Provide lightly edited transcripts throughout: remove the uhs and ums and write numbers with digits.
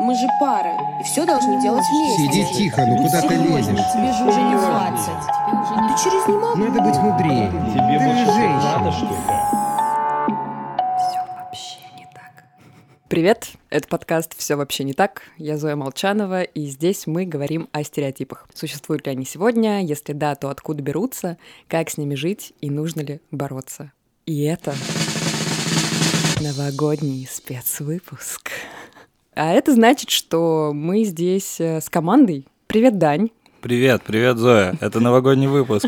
мы же пара, и все должны делать вместе. Сиди тихо, ну куда ты лезешь? Тебе же уже не 20. Ты через не мог? Надо быть мудрее. Тебе Ты больше же женщина. надо, что ли? Все вообще не так. Привет, это подкаст «Все вообще не так». Я Зоя Молчанова, и здесь мы говорим о стереотипах. Существуют ли они сегодня? Если да, то откуда берутся? Как с ними жить? И нужно ли бороться? И это новогодний спецвыпуск. А это значит, что мы здесь с командой. Привет, Дань. Привет, Зоя. Это новогодний выпуск.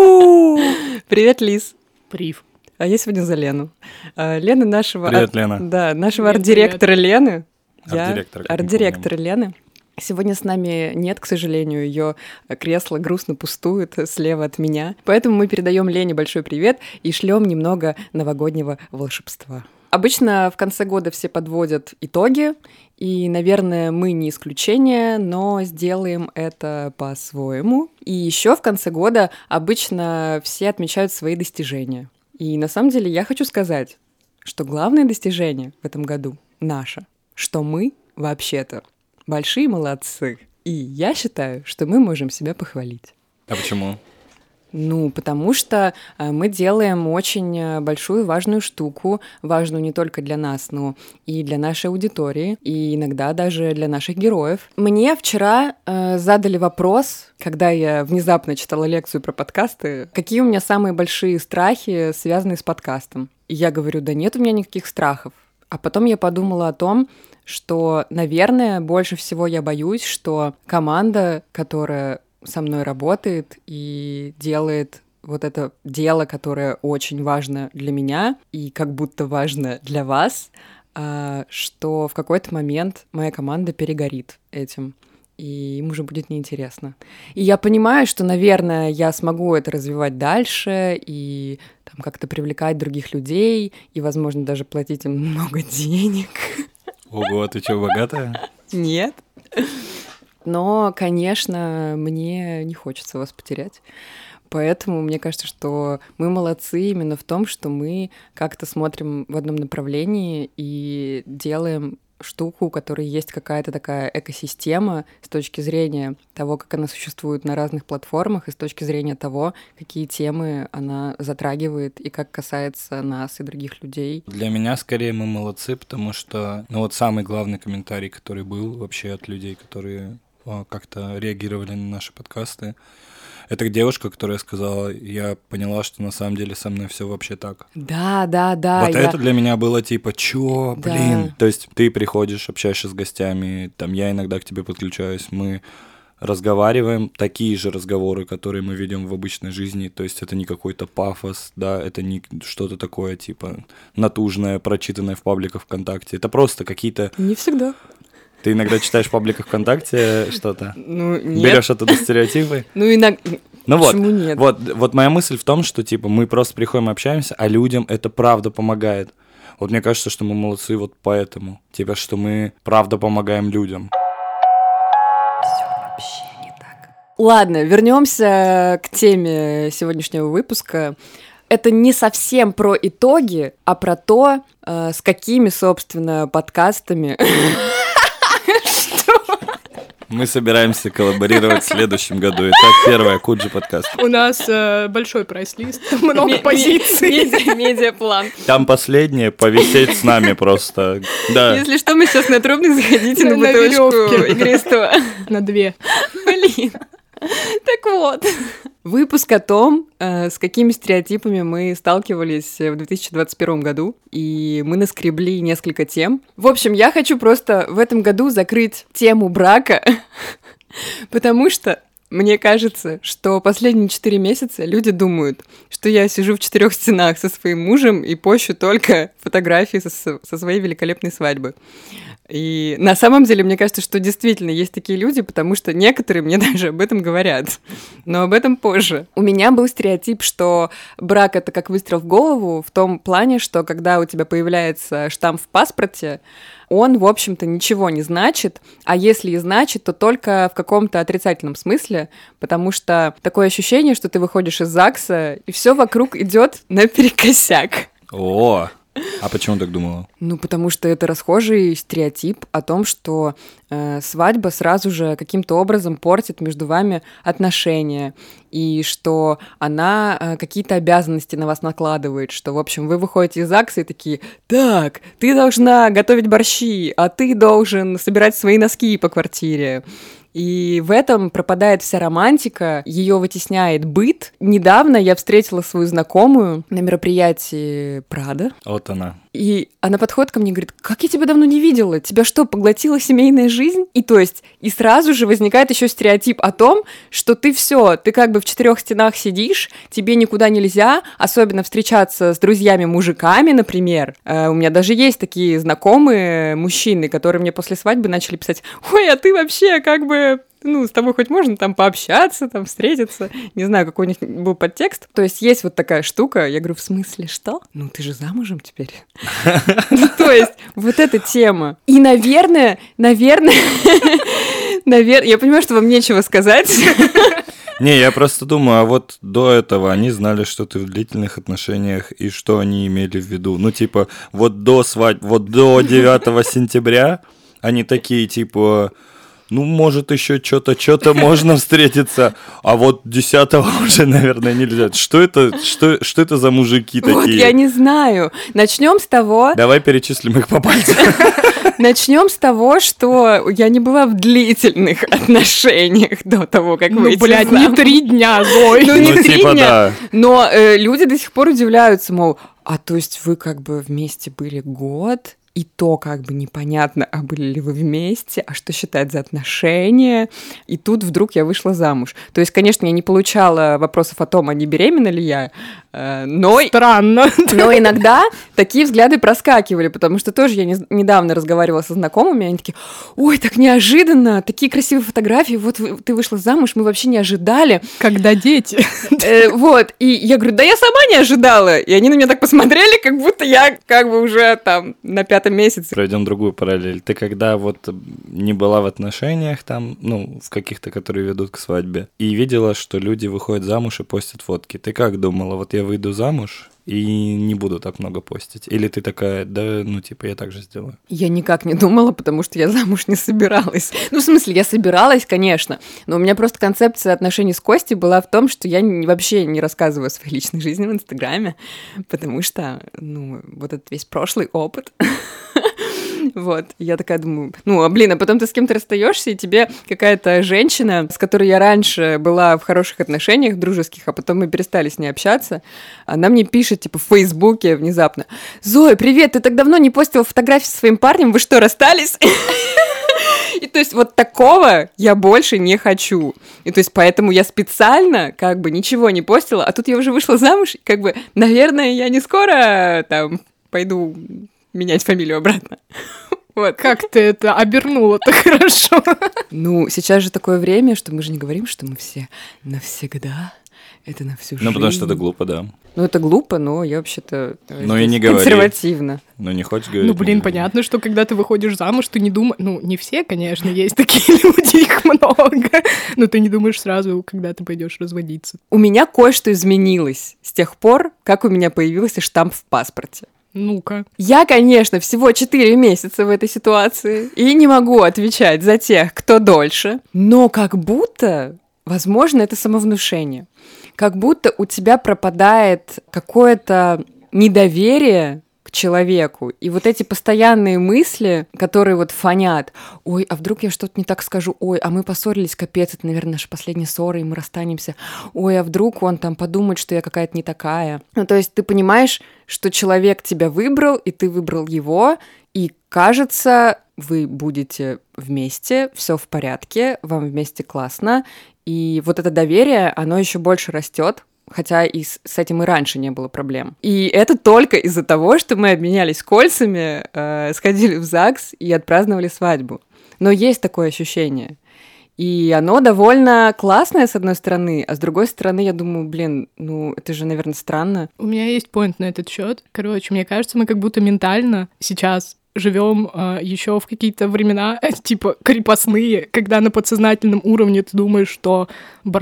Привет, Лиз. Прив. А я сегодня за Лену. Лена нашего... Привет, Лена. Да, нашего арт-директора Лены. Арт-директора, как Арт-директора Лены. Сегодня с нами нет, к сожалению, ее кресло грустно пустует слева от меня. Поэтому мы передаем Лене большой привет и шлем немного новогоднего волшебства. Обычно в конце года все подводят итоги, и, наверное, мы не исключение, но сделаем это по-своему. И еще в конце года обычно все отмечают свои достижения. И на самом деле я хочу сказать, что главное достижение в этом году наше, что мы вообще-то большие молодцы. И я считаю, что мы можем себя похвалить. А почему? Ну, потому что мы делаем очень большую важную штуку, важную не только для нас, но и для нашей аудитории, и иногда даже для наших героев. Мне вчера задали вопрос, когда я внезапно читала лекцию про подкасты, какие у меня самые большие страхи, связанные с подкастом. И я говорю, да нет у меня никаких страхов. А потом я подумала о том, что, наверное, больше всего я боюсь, что команда, которая со мной работает и делает вот это дело, которое очень важно для меня и как будто важно для вас, что в какой-то момент моя команда перегорит этим, и им уже будет неинтересно. И я понимаю, что, наверное, я смогу это развивать дальше и там, как-то привлекать других людей, и, возможно, даже платить им много денег. Ого, ты что, богатая? Нет. Но, конечно, мне не хочется вас потерять. Поэтому мне кажется, что мы молодцы именно в том, что мы как-то смотрим в одном направлении и делаем штуку, у которой есть какая-то такая экосистема с точки зрения того, как она существует на разных платформах, и с точки зрения того, какие темы она затрагивает и как касается нас и других людей. Для меня, скорее, мы молодцы, потому что, самый главный комментарий, который был вообще от людей, которые как-то реагировали на наши подкасты, это девушка, которая сказала, я поняла, что на самом деле со мной все вообще так. Да. Вот это для меня было типа, чё, Да. блин. То есть ты приходишь, общаешься с гостями, там я иногда к тебе подключаюсь, мы разговариваем, такие же разговоры, которые мы ведем в обычной жизни, то есть это не какой-то пафос, да, это не что-то такое типа натужное, прочитанное в пабликах ВКонтакте, это просто какие-то... Не всегда. Ты иногда читаешь в пабликах ВКонтакте что-то? Ну, нет. Берешь оттуда стереотипы? Ну, иногда... Ну Почему нет? Вот моя мысль в том, что типа мы просто приходим и общаемся, а людям это правда помогает. Вот мне кажется, что мы молодцы вот поэтому. Типа, что мы правда помогаем людям. Ладно, вернемся к теме сегодняшнего выпуска. Это не совсем про итоги, а про то, с какими, собственно, подкастами... Мы собираемся коллаборировать в следующем году. Итак, первое, Куджи подкаст. У нас большой прайс-лист, много позиций. Медиаплан. Там последнее, повисеть с нами просто. Да. Если что, мы сейчас на трубник, заходите на На бутылочку верёвке. игристого. На 2. Блин. Так вот. Выпуск о том, с какими стереотипами мы сталкивались в 2021 году, и мы наскребли несколько тем. В общем, я хочу просто в этом году закрыть тему брака, потому что мне кажется, что последние 4 месяца люди думают, что я сижу в 4 стенах со своим мужем и пощу только фотографии со своей великолепной свадьбы. И на самом деле, мне кажется, что действительно есть такие люди, потому что некоторые мне даже об этом говорят. Но об этом позже. У меня был стереотип, что брак — это как выстрел в голову, в том плане, что когда у тебя появляется штамп в паспорте, он, в общем-то, ничего не значит, а если и значит, то только в каком-то отрицательном смысле, потому что такое ощущение, что ты выходишь из ЗАГСа, и все вокруг идет наперекосяк. О, А почему так думала? Ну, потому что это расхожий стереотип о том, что свадьба сразу же каким-то образом портит между вами отношения, и что она какие-то обязанности на вас накладывает, что, в общем, вы выходите из ЗАГСа и такие: так, ты должна готовить борщи, а ты должен собирать свои носки по квартире. И в этом пропадает вся романтика, ее вытесняет быт. Недавно я встретила свою знакомую на мероприятии Прада. Вот она. И она подходит ко мне и говорит: как я тебя давно не видела? Тебя что, поглотила семейная жизнь? И то есть, и сразу же возникает еще стереотип о том, что ты все, ты как бы в 4 стенах сидишь, тебе никуда нельзя, особенно встречаться с друзьями-мужиками, например. У меня даже есть такие знакомые мужчины, которые мне после свадьбы начали писать: ой, а ты вообще как бы... Ну, с тобой хоть можно там пообщаться, там встретиться. Не знаю, какой у них был подтекст. То есть есть вот такая штука. Я говорю: в смысле, что? Ну, ты же замужем теперь. То есть вот эта тема. И, наверное, я понимаю, что вам нечего сказать. Не, я просто думаю, а вот до этого они знали, что ты в длительных отношениях, и что они имели в виду. Ну, типа, вот до свадьбы, вот до 9 сентября они такие, типа... Ну, может, еще что-то можно встретиться, а вот 10-го уже, наверное, нельзя. Что это за мужики такие? Вот я не знаю. Начнем с того... Давай перечислим их по пальцам. Начнем с того, что я не была в длительных отношениях до того, как выйти замуж. Ну, блядь, не 3 дня, Зой. Ну, не 3 типа, дня. Да. Но люди до сих пор удивляются, мол, а то есть вы как бы вместе были год, и то как бы непонятно, а были ли вы вместе, а что считать за отношения. И тут вдруг я вышла замуж. То есть, конечно, я не получала вопросов о том, а не беременна ли я, но... Странно. Но иногда такие взгляды проскакивали, потому что тоже я недавно разговаривала со знакомыми, и они такие: ой, так неожиданно, такие красивые фотографии, вот ты вышла замуж, мы вообще не ожидали. Когда дети. Вот, и я говорю: да я сама не ожидала. И они на меня так посмотрели, как будто я как бы уже там на 5-м месяце. Пройдем другую параллель. Ты когда вот не была в отношениях там, ну, в каких-то, которые ведут к свадьбе, и видела, что люди выходят замуж и постят фотки, ты как думала? Вот я выйду замуж и не буду так много постить? Или ты такая: да, ну, типа, я так же сделаю? Я никак не думала, потому что я замуж не собиралась. Ну, в смысле, я собиралась, конечно, но у меня просто концепция отношений с Костей была в том, что я вообще не рассказываю о своей личной жизни в Инстаграме, потому что, ну, вот этот весь прошлый опыт... Вот, я такая думаю, ну, а потом ты с кем-то расстаешься, и тебе какая-то женщина, с которой я раньше была в хороших отношениях, дружеских, а потом мы перестали с ней общаться, она мне пишет, типа, в Фейсбуке внезапно: Зоя, привет, ты так давно не постила фотографии со своим парнем, вы что, расстались? И то есть вот такого я больше не хочу. И то есть поэтому я специально как бы ничего не постила, а тут я уже вышла замуж, и как бы, наверное, я не скоро там пойду... менять фамилию обратно. Вот. Как ты это обернула-то хорошо? Ну, сейчас же такое время, что мы же не говорим, что мы все навсегда. Это на всю жизнь. Ну, потому что это глупо, да. Ну, это глупо, но я вообще-то и не говори. консервативна. Ну, не хочешь говорить? Ну, блин, понятно, что когда ты выходишь замуж, ты не думаешь... Ну, не все, конечно, есть такие люди, их много. Но ты не думаешь сразу, когда ты пойдешь разводиться. У меня кое-что изменилось с тех пор, как у меня появился штамп в паспорте. Ну-ка. Я, конечно, всего 4 месяца в этой ситуации и не могу отвечать за тех, кто дольше, но как будто, возможно, это самовнушение. Как будто у тебя пропадает какое-то недоверие к человеку. И вот эти постоянные мысли, которые вот фонят: ой, а вдруг я что-то не так скажу, ой, а мы поссорились, капец, это, наверное, наша последняя ссора, и мы расстанемся, ой, а вдруг он там подумает, что я какая-то не такая. Ну, то есть ты понимаешь, что человек тебя выбрал, и ты выбрал его, и кажется, вы будете вместе, все в порядке, вам вместе классно, и вот это доверие, оно еще больше растет. Хотя и с этим и раньше не было проблем. И это только из-за того, что мы обменялись кольцами, сходили в ЗАГС и отпраздновали свадьбу. Но есть такое ощущение. И оно довольно классное, с одной стороны, а с другой стороны, я думаю, блин, ну это же, наверное, странно. У меня есть поинт на этот счет. Короче, мне кажется, мы как будто ментально сейчас живем еще в какие-то времена, типа крепостные, когда на подсознательном уровне ты думаешь, что брак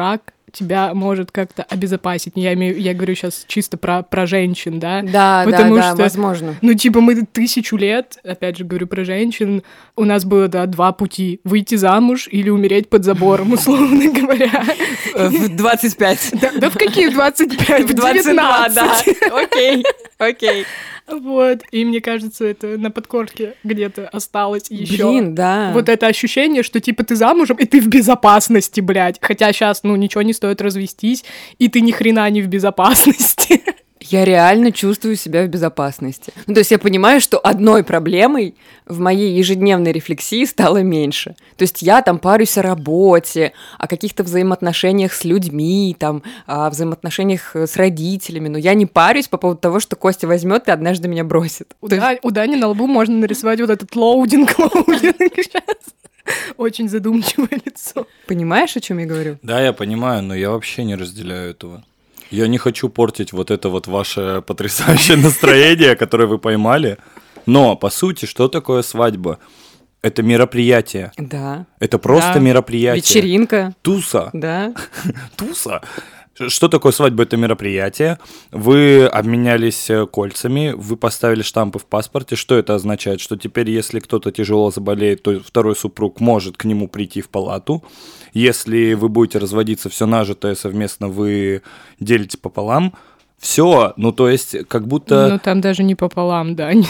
тебя может как-то обезопасить. Я говорю сейчас чисто про женщин, да? Да, потому что, возможно. Ну, типа, мы 1000 лет, опять же говорю про женщин, у нас было, да, 2 пути: выйти замуж или умереть под забором, условно говоря. В 25. Да в какие 25? В 22, 19. да. Окей. Вот, и мне кажется, это на подкорке где-то осталось еще. Блин, да. Вот это ощущение, что типа ты замужем, и ты в безопасности, блядь. Хотя сейчас, ну, ничего не стоит развестись, и ты ни хрена не в безопасности. Я реально чувствую себя в безопасности. Ну, то есть я понимаю, что одной проблемой в моей ежедневной рефлексии стало меньше. То есть я там парюсь о работе, о каких-то взаимоотношениях с людьми, там, о взаимоотношениях с родителями, но я не парюсь по поводу того, что Костя возьмет и однажды меня бросит. У Дани на лбу можно нарисовать вот этот лоудинг сейчас. Очень задумчивое лицо. Понимаешь, о чем я говорю? Да, я понимаю, но я вообще не разделяю этого. Я не хочу портить вот это вот ваше потрясающее настроение, которое вы поймали. Но, по сути, что такое свадьба? Это мероприятие. Да. Это просто Да. мероприятие. Вечеринка. Туса. Да. Туса. Что такое свадьба? Это мероприятие. Вы обменялись кольцами, вы поставили штампы в паспорте. Что это означает? Что теперь, если кто-то тяжело заболеет, то второй супруг может к нему прийти в палату. Если вы будете разводиться, все нажитое совместно вы делите пополам. Все, ну то есть как будто... Ну, там даже не пополам, Дань.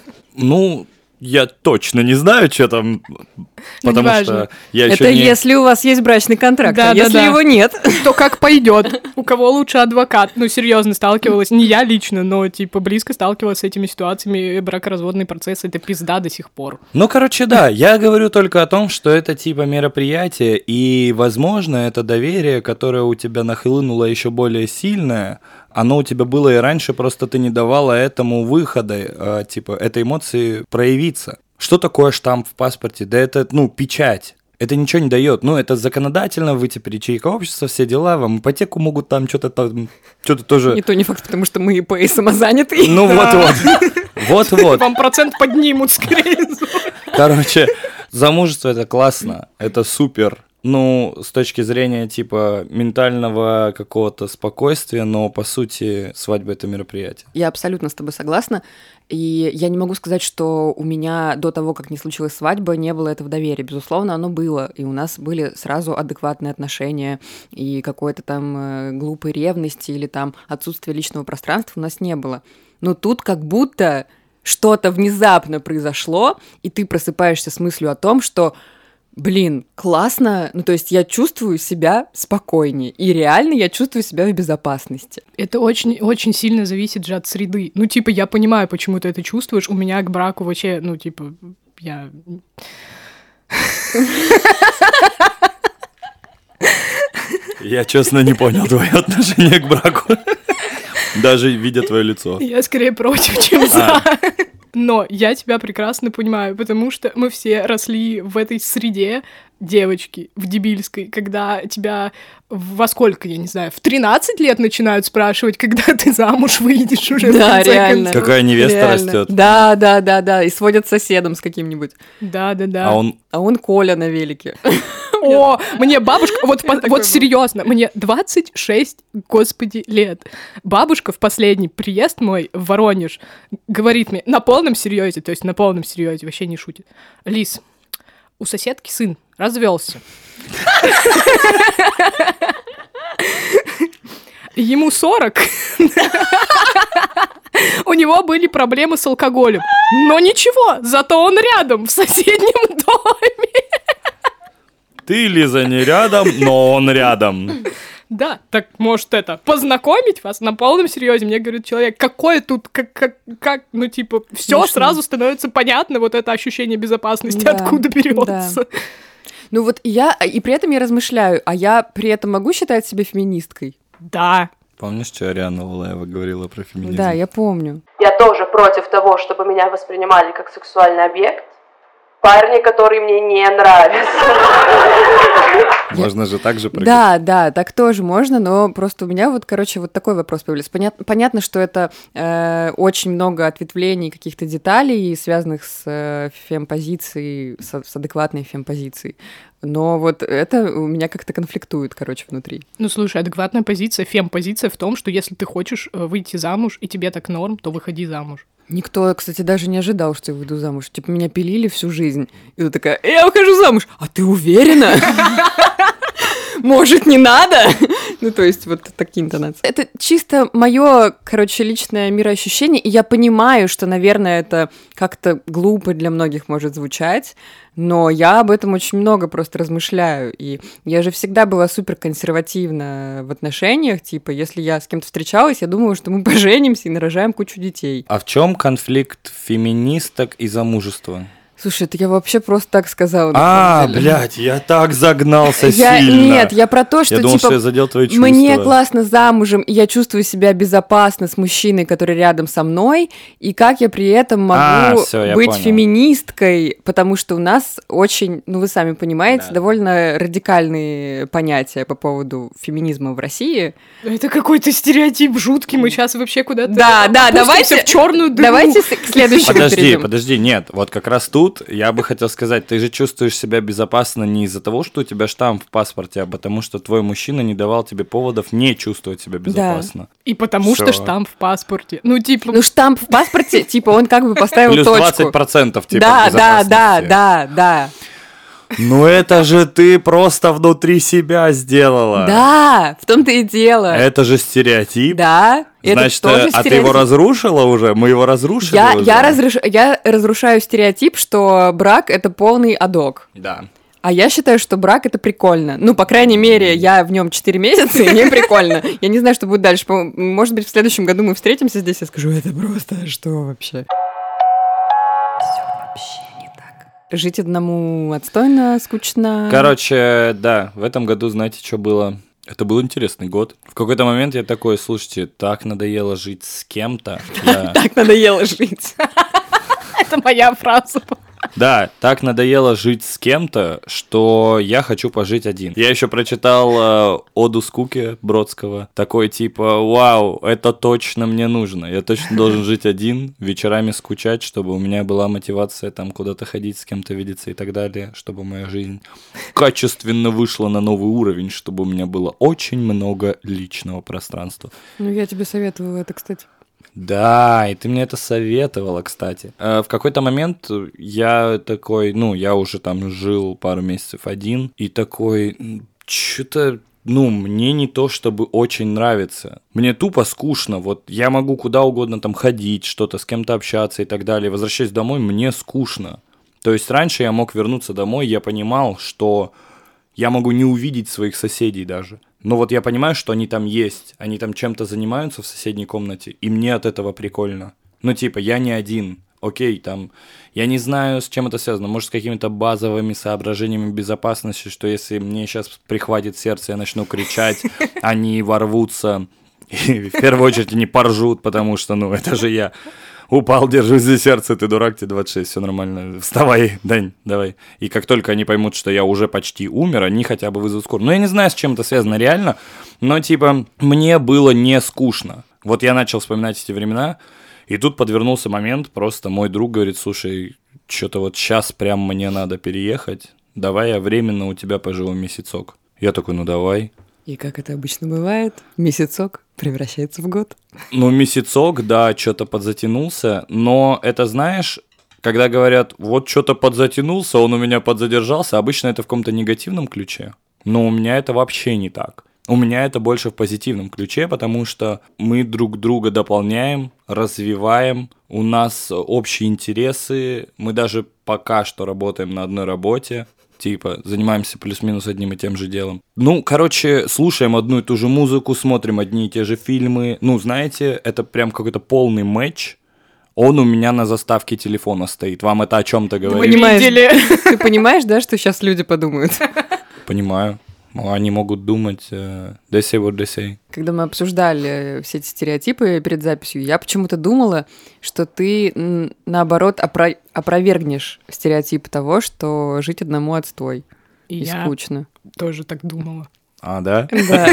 Ну, я точно не знаю, что там, потому неважно. что я Это еще не... если у вас есть брачный контракт, Да, а да, если да. его нет. То как пойдет? У кого лучше адвокат? Ну, серьезно, сталкивалась, не я лично, но, типа, близко сталкивалась с этими ситуациями. Бракоразводный процесс — это пизда до сих пор. Ну, короче, да, я говорю только о том, что это типа мероприятие, и, возможно, это доверие, которое у тебя нахлынуло еще более сильное, оно у тебя было и раньше, просто ты не давала этому выхода, типа, этой эмоции проявиться. Что такое штамп в паспорте? Да это, ну, печать. Это ничего не дает. Ну, это законодательно, вы теперь ячейка общества, все дела, вам ипотеку могут там что-то тоже... Не то не факт, потому что мы ИП и самозанятые. Ну, вот-вот. Вот-вот. Вам процент поднимут, скорее всего. Короче, замужество — это классно, это супер. Ну, с точки зрения, типа, ментального какого-то спокойствия, но, по сути, свадьба — это мероприятие. Я абсолютно с тобой согласна. И я не могу сказать, что у меня до того, как не случилась свадьба, не было этого доверия. Безусловно, оно было. И у нас были сразу адекватные отношения, и какой-то там глупой ревности или там отсутствия личного пространства у нас не было. Но тут как будто что-то внезапно произошло, и ты просыпаешься с мыслью о том, что блин, классно, ну то есть я чувствую себя спокойнее, и реально я чувствую себя в безопасности. Это очень сильно зависит же от среды. Ну, типа, я понимаю, почему ты это чувствуешь. У меня к браку вообще, ну, типа, я... Я, честно, не понял твое отношение к браку, даже видя твое лицо. Я скорее против, чем за. Но я тебя прекрасно понимаю, потому что мы все росли в этой среде, девочки, в дебильской, когда тебя во сколько, я не знаю, в 13 лет начинают спрашивать, когда ты замуж выйдешь уже. Да, реально. Какая невеста Реально. растет. Да, и сводят с соседом с каким-нибудь. Да. А он Коля на велике. О, мне бабушка, вот серьезно, мне 26, господи, лет. Бабушка в последний приезд мой в Воронеж говорит мне на полном серьезе, то есть на полном серьезе, вообще не шутит. Лис, у соседки сын развелся. Ему 40. У него были проблемы с алкоголем. Но ничего, зато он рядом, в соседнем доме. Ты, Лиза, не рядом, но он рядом. Да, так может это, познакомить вас на полном серьезе, мне говорит человек, какое тут, как, ну типа, все сразу становится понятно, вот это ощущение безопасности, Да, откуда берется. да. Ну вот и при этом я размышляю, а я при этом могу считать себя феминисткой? Да. Помнишь, что Ариана Валаева говорила про феминизм? Да, я помню. Я тоже против того, чтобы меня воспринимали как сексуальный объект. парни, которые мне не нравятся. Можно же так же прыгать. Да, так тоже можно, но просто у меня вот такой вопрос появился. Понятно, что это очень много ответвлений, каких-то деталей, связанных с фемпозицией, с адекватной фемпозицией. Но вот это у меня как-то конфликтует, внутри. Ну, слушай, адекватная позиция, фемпозиция в том, что если ты хочешь выйти замуж, и тебе так норм, то выходи замуж. Никто, кстати, даже не ожидал, что я выйду замуж. Типа, меня пилили всю жизнь. И ты такая, я выхожу замуж. А ты уверена? Может, не надо? Ну, то есть, вот такие интонации. Это чисто мое, личное мироощущение, и я понимаю, что, наверное, это как-то глупо для многих может звучать, но я об этом очень много просто размышляю, и я же всегда была супер консервативна в отношениях, типа, если я с кем-то встречалась, я думала, что мы поженимся и нарожаем кучу детей. А в чем конфликт феминисток и замужества? Слушай, это я вообще просто так сказала. Блядь, я так загнался сильно. Нет, я про то, что, я думал, что я задел твои чувства. Мне классно замужем, и я чувствую себя безопасно с мужчиной, который рядом со мной, и как я при этом могу быть феминисткой, потому что у нас очень, вы сами понимаете, довольно радикальные понятия по поводу феминизма в России. Это какой-то стереотип жуткий, мы сейчас вообще куда-то давайте в черную дыру. Давайте к следующему перейдем. Подожди, нет, вот как раз тут я бы хотел сказать, ты же чувствуешь себя безопасно не из-за того, что у тебя штамп в паспорте, а потому что твой мужчина не давал тебе поводов не чувствовать себя безопасно. Да. И потому что штамп в паспорте. Штамп в паспорте, он как бы поставил плюс точку. Плюс 20% безопасности. Да. Ну это же ты просто внутри себя сделала. Да, в том-то и дело. Это же стереотип. Да. Значит, ты его разрушила уже? Мы его разрушили уже? Я разрушаю стереотип, что брак — это полный адок. Да. А я считаю, что брак — это прикольно. По крайней мере, я в нем 4 месяца, и мне прикольно. Я не знаю, что будет дальше. Может быть, в следующем году мы встретимся здесь, я скажу, это просто что вообще? Все вообще не так. Жить одному отстойно, скучно. Короче, да, в этом году, знаете, что было? Это был интересный год. В какой-то момент я такой, слушайте, так надоело жить с кем-то. Так надоело жить. Это моя фраза. Да, так надоело жить с кем-то, что я хочу пожить один. Я еще прочитал «Оду скуки» Бродского. Такой типа, вау, это точно мне нужно. Я точно должен жить один, вечерами скучать, чтобы у меня была мотивация там куда-то ходить, с кем-то видеться и так далее, чтобы моя жизнь качественно вышла на новый уровень, чтобы у меня было очень много личного пространства. Я тебе советую это, кстати. Да, и ты мне это советовала, кстати. В какой-то момент я такой, я уже там жил пару месяцев один, и такой, что-то, мне не то чтобы очень нравится. Мне тупо скучно, вот я могу куда угодно там ходить, что-то с кем-то общаться и так далее. Возвращаясь домой, мне скучно. То есть раньше я мог вернуться домой, я понимал, что я могу не увидеть своих соседей даже. Но вот я понимаю, что они там есть, они там чем-то занимаются в соседней комнате, и мне от этого прикольно. Я не один, окей, там, я не знаю, с чем это связано, может, с какими-то базовыми соображениями безопасности, что если мне сейчас прихватит сердце, я начну кричать, они ворвутся, и в первую очередь они поржут, потому что, это же я. Упал, держусь за сердце, ты дурак, тебе 26, все нормально, вставай, Дань, давай. И как только они поймут, что я уже почти умер, они хотя бы вызовут скорую. Я не знаю, с чем это связано реально, но, мне было не скучно. Вот я начал вспоминать эти времена, и тут подвернулся момент, просто мой друг говорит, слушай, что-то вот сейчас прям мне надо переехать, давай я временно у тебя поживу месяцок. Я такой, давай. И как это обычно бывает, месяцок превращается в год. Месяцок, да, что-то подзатянулся, но это, знаешь, когда говорят, вот что-то подзатянулся, он у меня подзадержался, обычно это в каком-то негативном ключе, но у меня это вообще не так. У меня это больше в позитивном ключе, потому что мы друг друга дополняем, развиваем, у нас общие интересы, мы даже пока что работаем на одной работе, занимаемся плюс-минус одним и тем же делом. Слушаем одну и ту же музыку, смотрим одни и те же фильмы. Знаете, это прям какой-то полный матч. Он у меня на заставке телефона стоит. Вам это о чем-то говорит? Ты понимаешь, да, что сейчас люди подумают? Понимаю. Ну, они могут думать «they say what they say». Когда мы обсуждали все эти стереотипы перед записью, я почему-то думала, что ты, наоборот, опровергнешь стереотип того, что жить одному отстой и я скучно. тоже так думала. А, да? Да.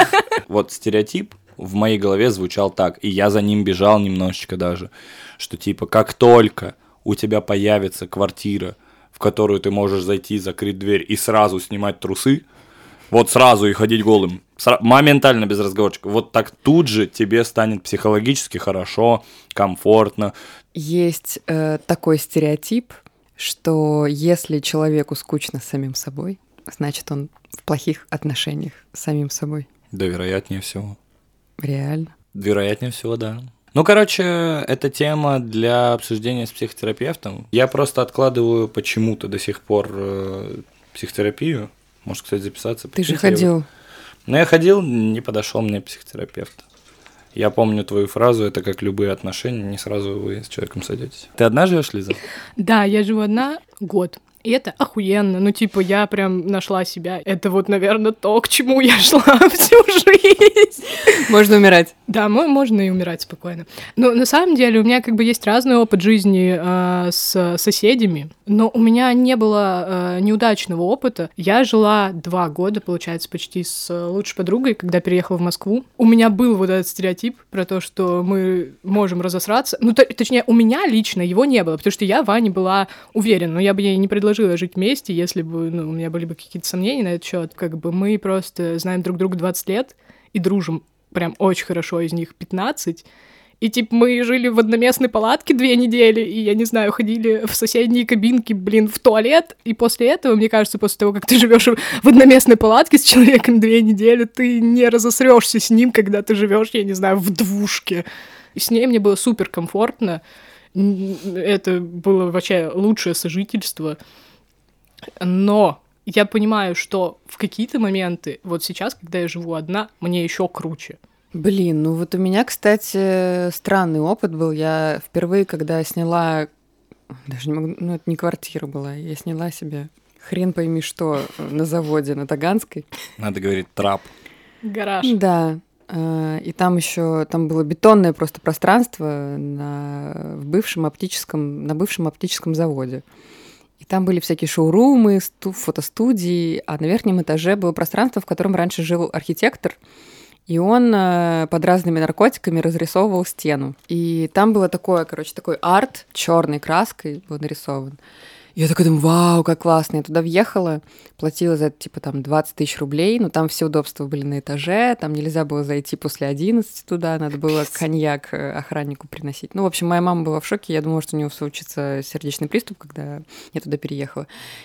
Вот стереотип в моей голове звучал так, и я за ним бежал немножечко даже, что типа как только у тебя появится квартира, в которую ты можешь зайти, закрыть дверь и сразу снимать трусы, вот сразу и ходить голым, моментально без разговорчика, вот так тут же тебе станет психологически хорошо, комфортно. Есть такой стереотип, что если человеку скучно с самим собой, значит, он в плохих отношениях с самим собой. Да, вероятнее всего. Реально. Вероятнее всего, да. Ну, короче, это тема для обсуждения с психотерапевтом. Я просто откладываю почему-то до сих пор психотерапию. Может, кстати, записаться. Ты же Прикиньте, ходил. Но я ходил, не подошел мне психотерапевт. Я помню твою фразу, это как любые отношения, не сразу вы с человеком сойдетесь. Ты одна живешь, Лиза? Да, я живу одна год. И это охуенно. Ну, типа, я прям нашла себя. Это вот, наверное, то, к чему я шла всю жизнь. Можно умирать. Да, можно и умирать спокойно. Но на самом деле у меня как бы есть разный опыт жизни с соседями, но у меня не было неудачного опыта. Я жила 2 года, получается, почти с лучшей подругой, когда переехала в Москву. У меня был вот этот стереотип про то, что мы можем разосраться. Ну, точнее, у меня лично его не было, потому что я Ване была уверена, но я бы ей не предложила жить вместе, если бы у меня были бы какие-то сомнения на этот счет. Как бы мы просто знаем друг друга 20 лет и дружим прям очень хорошо, из них 15. И, типа, мы жили в одноместной палатке 2 недели, и, я не знаю, ходили в соседние кабинки, в туалет. И после этого, мне кажется, после того, как ты живешь в одноместной палатке с человеком 2 недели, ты не разосрёшься с ним, когда ты живешь, я не знаю, в двушке. И с ней мне было супер комфортно. Это было вообще лучшее сожительство. Но я понимаю, что в какие-то моменты, вот сейчас, когда я живу одна, мне еще круче. Блин, ну вот у меня, кстати, странный опыт был. Я впервые, когда сняла... Даже не могу... Ну, это не квартира была. Я сняла себе хрен пойми что на заводе на Таганской. Надо говорить трап. Гараж. Да. И там еще там было бетонное просто пространство на бывшем оптическом заводе. И там были всякие шоурумы, фотостудии, а на верхнем этаже было пространство, в котором раньше жил архитектор, и он под разными наркотиками разрисовывал стену. И там было такой арт черной краской был нарисован. И я такая думаю, вау, как классно. Я туда въехала, платила за это, типа, там, 20 тысяч рублей, но там все удобства были на этаже, там нельзя было зайти после 11 туда, надо было коньяк охраннику приносить. Ну, в общем, моя мама была в шоке, я думала, что у нее случится сердечный приступ, когда я туда переехала.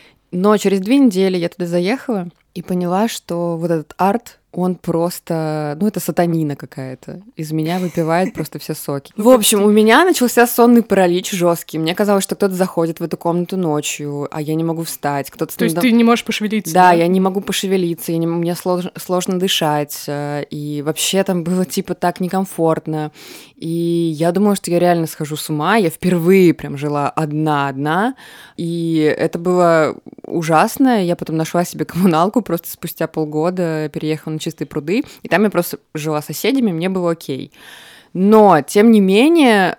Но через 2 недели я туда заехала и поняла, что вот этот арт, он просто... Ну, это сатанина какая-то. Из меня выпивает просто все соки. В общем, у меня начался сонный паралич жесткий. Мне казалось, что кто-то заходит в эту комнату ночью, а я не могу встать. Кто-то То есть ты не можешь пошевелиться? Да, я не могу пошевелиться, мне сложно дышать. И вообще там было типа так некомфортно. И я думала, что я реально схожу с ума. Я впервые прям жила одна. И это было ужасно. Я потом нашла себе коммуналку просто спустя полгода, переехала на Чистые пруды, и там я просто жила с соседями, мне было окей. Но, тем не менее,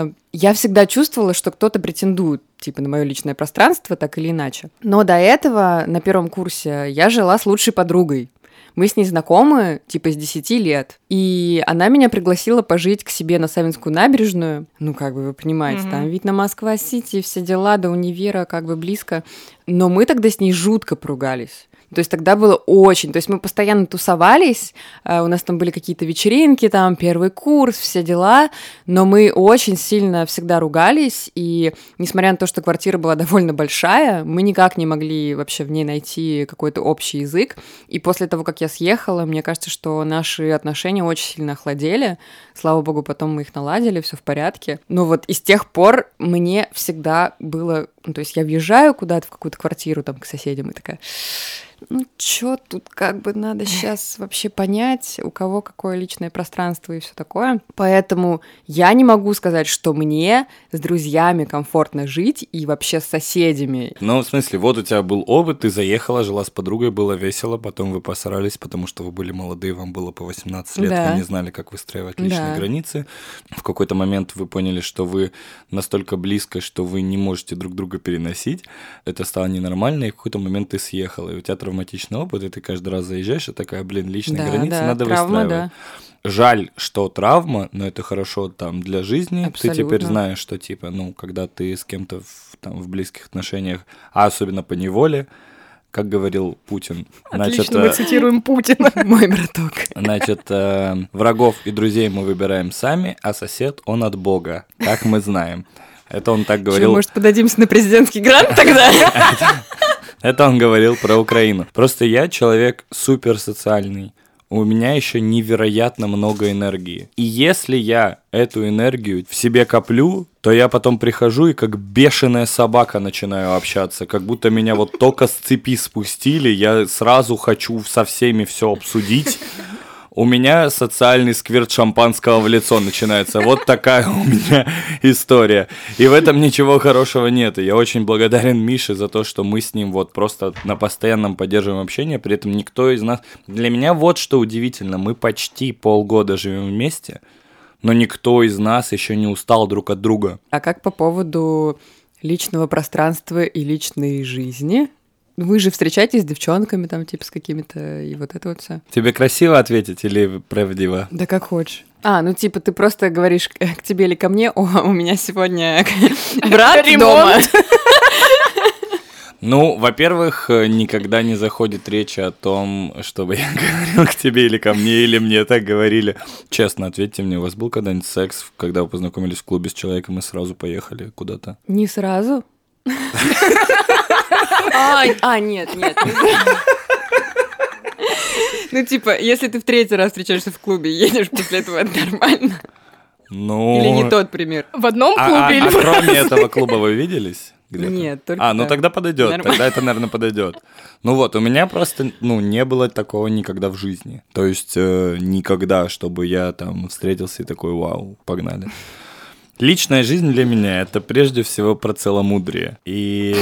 я всегда чувствовала, что кто-то претендует, типа, на мое личное пространство, так или иначе. Но до этого, на 1 курсе, я жила с лучшей подругой. Мы с ней знакомы, типа, с 10 лет. И она меня пригласила пожить к себе на Савинскую набережную. Ну, как бы, вы понимаете, там вид на Москва-Сити, все дела, до универа как бы близко. Но мы тогда с ней жутко поругались. То есть тогда было очень... То есть мы постоянно тусовались, у нас там были какие-то вечеринки, там 1 курс, все дела, но мы очень сильно всегда ругались, и несмотря на то, что квартира была довольно большая, мы никак не могли вообще в ней найти какой-то общий язык. И после того, как я съехала, мне кажется, что наши отношения очень сильно охладели. Слава богу, потом мы их наладили, все в порядке. Но вот и с тех пор мне всегда было Ну, то есть я въезжаю куда-то в какую-то квартиру там к соседям и такая, ну чё тут как бы надо сейчас вообще понять, у кого какое личное пространство и все такое. Поэтому я не могу сказать, что мне с друзьями комфортно жить и вообще с соседями. Ну, в смысле, вот у тебя был опыт, ты заехала, жила с подругой, было весело, потом вы посрались, потому что вы были молодые, вам было по 18 лет, Да. вы не знали, как выстраивать личные Да. границы. В какой-то момент вы поняли, что вы настолько близко, что вы не можете друг друга переносить. Это стало ненормально, и в какой-то момент ты съехала, и у тебя травматичный опыт, и ты каждый раз заезжаешь, и такая, блин, личные Да, границы да, надо травма, выстраивать. Жаль, что травма, но это хорошо там для жизни. Абсолютно. Ты теперь знаешь, что типа, ну, когда ты с кем-то в близких отношениях, а особенно по неволе, как говорил Путин, Отлично, мы цитируем Путина. Мой браток. значит, врагов и друзей мы выбираем сами, а сосед он от Бога, как мы знаем. Это он так Чё, говорил. может, подадимся на президентский грант тогда? Это он говорил про Украину. Просто я человек суперсоциальный. У меня еще невероятно много энергии. И если я эту энергию в себе коплю, то я потом прихожу и как бешеная собака начинаю общаться. Как будто меня вот только с цепи спустили, я сразу хочу со всеми все обсудить. У меня социальный сквирт шампанского в лицо начинается. Вот такая у меня история. И в этом ничего хорошего нет. И я очень благодарен Мише за то, что мы с ним вот просто на постоянном поддерживаем общение. При этом никто из нас... Для меня вот что удивительно. Мы почти полгода живем вместе, но никто из нас еще не устал друг от друга. А как по поводу личного пространства и личной жизни? Вы же встречаетесь с девчонками там, типа, с какими-то, и вот это вот все. Тебе красиво ответить или правдиво? Да как хочешь. Ну, типа, ты просто говоришь к тебе или ко мне, у меня сегодня брат дома. Ну, во-первых, никогда не заходит речь о том, чтобы я говорил к тебе или ко мне, или мне так говорили. Честно, ответьте мне, у вас был когда-нибудь секс, когда вы познакомились в клубе с человеком и сразу поехали куда-то? Не сразу? Нет. Ну, типа, если ты в третий раз встречаешься в клубе, едешь после этого, это нормально? Ну... Или не тот пример? В одном клубе или в кроме этого клуба вы виделись? Где-то? Нет, только ну так. тогда подойдет, Нормально. тогда это, наверное, подойдет. Ну вот, у меня просто, не было такого никогда в жизни. То есть никогда, чтобы я там встретился и такой, вау, погнали. Личная жизнь для меня — это прежде всего про целомудрие. И...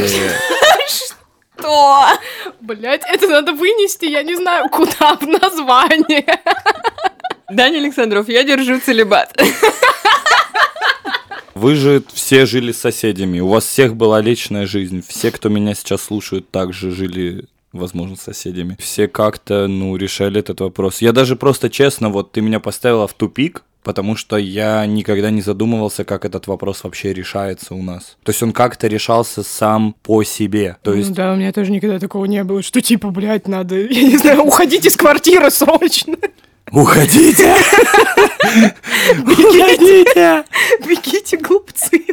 Что? Блять, это надо вынести, я не знаю, куда в название. Даня Александров, я держу целибат. Вы же все жили с соседями, у вас всех была личная жизнь. Все, кто меня сейчас слушают, также жили, возможно, с соседями. Все как-то, решали этот вопрос. Я даже просто честно, вот ты меня поставила в тупик, потому что я никогда не задумывался, как этот вопрос вообще решается у нас. То есть он как-то решался сам по себе. То есть... Ну да, у меня тоже никогда такого не было, что типа, блядь, надо, я не знаю, уходить из квартиры срочно. Уходите! Уходите! Бегите, глупцы.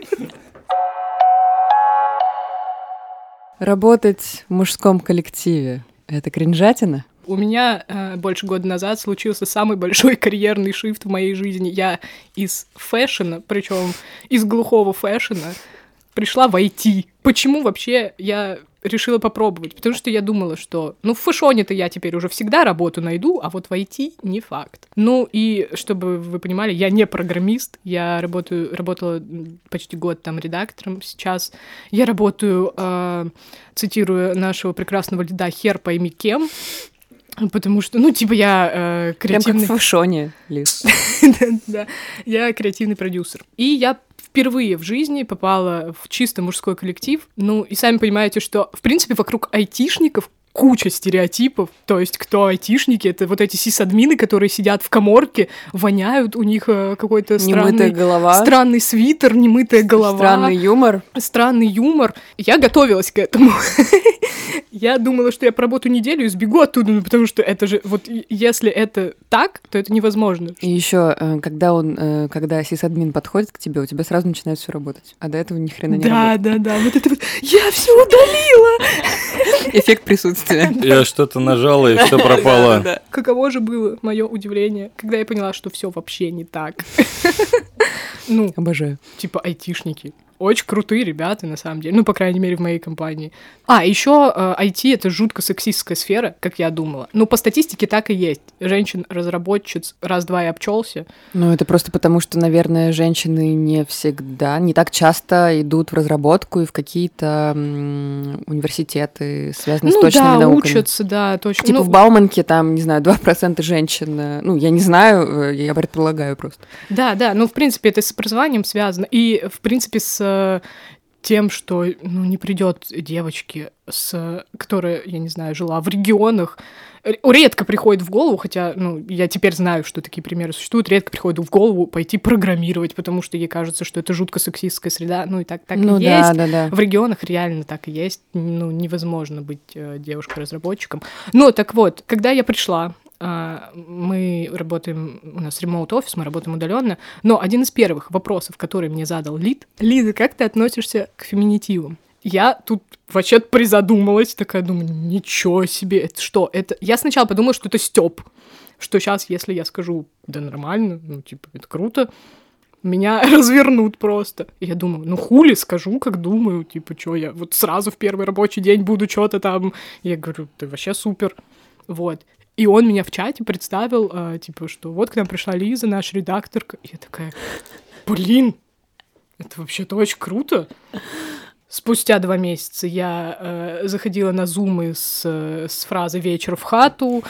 Работать в мужском коллективе — это кринжатина? У меня больше года назад случился самый большой карьерный шифт в моей жизни. Я из фэшена, причем из глухого фэшена, пришла в IT. Почему вообще я решила попробовать? Потому что я думала, что, в фэшоне-то я теперь уже всегда работу найду, а вот в IT не факт. Ну и, чтобы вы понимали, я не программист, я работала почти год там редактором. Сейчас я работаю, цитируя нашего прекрасного лида, хер пойми кем, потому что, я Прям креативный... как в фэшоне, Лиз. Да, я креативный продюсер. И я впервые в жизни попала в чисто мужской коллектив. И сами понимаете, что, в принципе, вокруг айтишников куча стереотипов. То есть, кто айтишники? Это вот эти сисадмины, которые сидят в каморке, воняют, у них какой-то Немытая голова. странный свитер, немытая голова. Странный юмор. Я готовилась к этому. Я думала, что я поработаю неделю и сбегу оттуда, потому что это же, вот если это так, то это невозможно. И еще, когда сисадмин подходит к тебе, у тебя сразу начинает все работать. А до этого ни хрена не работает. Да. Вот это вот. Я все удалила! Эффект присутствия. Я что-то нажала, и все пропало. Да. Каково же было мое удивление, когда я поняла, что все вообще не так. Обожаю. Типа айтишники. очень крутые ребята, на самом деле. Ну, по крайней мере, в моей компании. Еще IT — это жутко сексистская сфера, как я думала. Ну, по статистике так и есть. Женщин-разработчиц раз-два и обчелся. Ну, это просто потому, что, наверное, женщины не всегда, не так часто идут в разработку и в какие-то университеты, связанные с точными науками. Учатся, да, точно. Типа в Бауманке там, не знаю, 2% женщин. Ну, я не знаю, я предполагаю просто. Да, ну, в принципе, это с образованием связано. И, в принципе, с тем, что не придет девочке, которая, я не знаю, жила в регионах, редко приходит в голову, хотя, я теперь знаю, что такие примеры существуют, редко приходит в голову пойти программировать, потому что ей кажется, что это жутко сексистская среда, и так и есть. Да. В регионах реально так и есть, невозможно быть девушкой-разработчиком. Ну, так вот, когда я пришла, мы работаем, у нас ремоут-офис, мы работаем удаленно, но один из первых вопросов, который мне задал Лид: Лиза, как ты относишься к феминитивам? Я тут вообще призадумалась, такая думаю, ничего себе, это что? Я сначала подумала, что это стёб, что сейчас, если я скажу, да нормально, это круто, меня развернут просто. И я думаю, хули скажу, как думаю, что я вот сразу в первый рабочий день буду что-то там. Я говорю, ты вообще супер. Вот. И он меня в чате представил, что вот к нам пришла Лиза, наша редакторка. И я такая, блин, это вообще-то очень круто. Спустя 2 месяца я заходила на зумы с фразой «вечер в хату».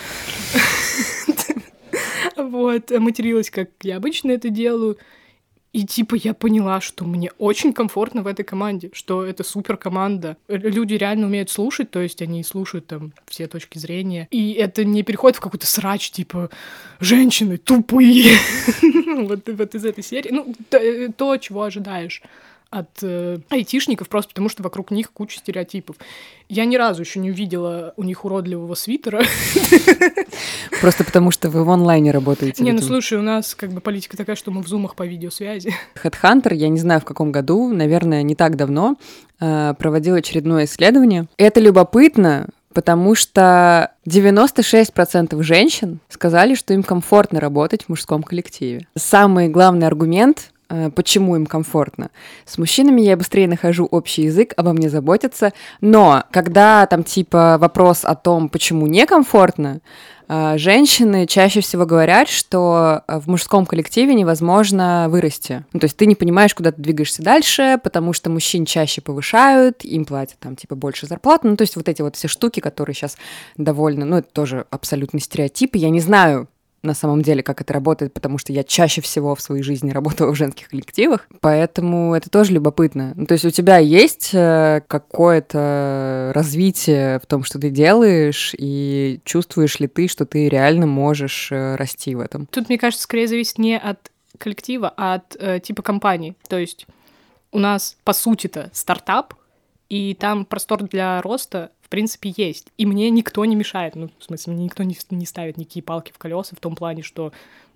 Вот, материлась, как я обычно это делаю. И я поняла, что мне очень комфортно в этой команде, что это супер команда. Люди реально умеют слушать, то есть они слушают там все точки зрения. И это не переходит в какой-то срач, женщины тупые. Вот из этой серии. То, чего ожидаешь от айтишников, просто потому что вокруг них куча стереотипов. Я ни разу еще не увидела у них уродливого свитера. Просто потому что вы в онлайне работаете. Слушай, у нас политика такая, что мы в зумах по видеосвязи. HeadHunter, я не знаю в каком году, наверное, не так давно, проводил очередное исследование. Это любопытно, потому что 96% женщин сказали, что им комфортно работать в мужском коллективе. Самый главный аргумент, почему им комфортно. С мужчинами я быстрее нахожу общий язык, обо мне заботятся, но когда там вопрос о том, почему некомфортно, женщины чаще всего говорят, что в мужском коллективе невозможно вырасти. То есть ты не понимаешь, куда ты двигаешься дальше, потому что мужчин чаще повышают, им платят больше зарплату. То есть вот эти все штуки, которые сейчас довольно, это тоже абсолютно стереотипы. Я не знаю, на самом деле, как это работает, потому что я чаще всего в своей жизни работала в женских коллективах, поэтому это тоже любопытно. То есть у тебя есть какое-то развитие в том, что ты делаешь, и чувствуешь ли ты, что ты реально можешь расти в этом? Тут, мне кажется, скорее зависит не от коллектива, а от типа компании. То есть у нас, по сути-то, стартап, и там простор для роста в принципе, есть. И мне никто не мешает. В смысле, мне никто не ставит никакие палки в колеса в том плане, что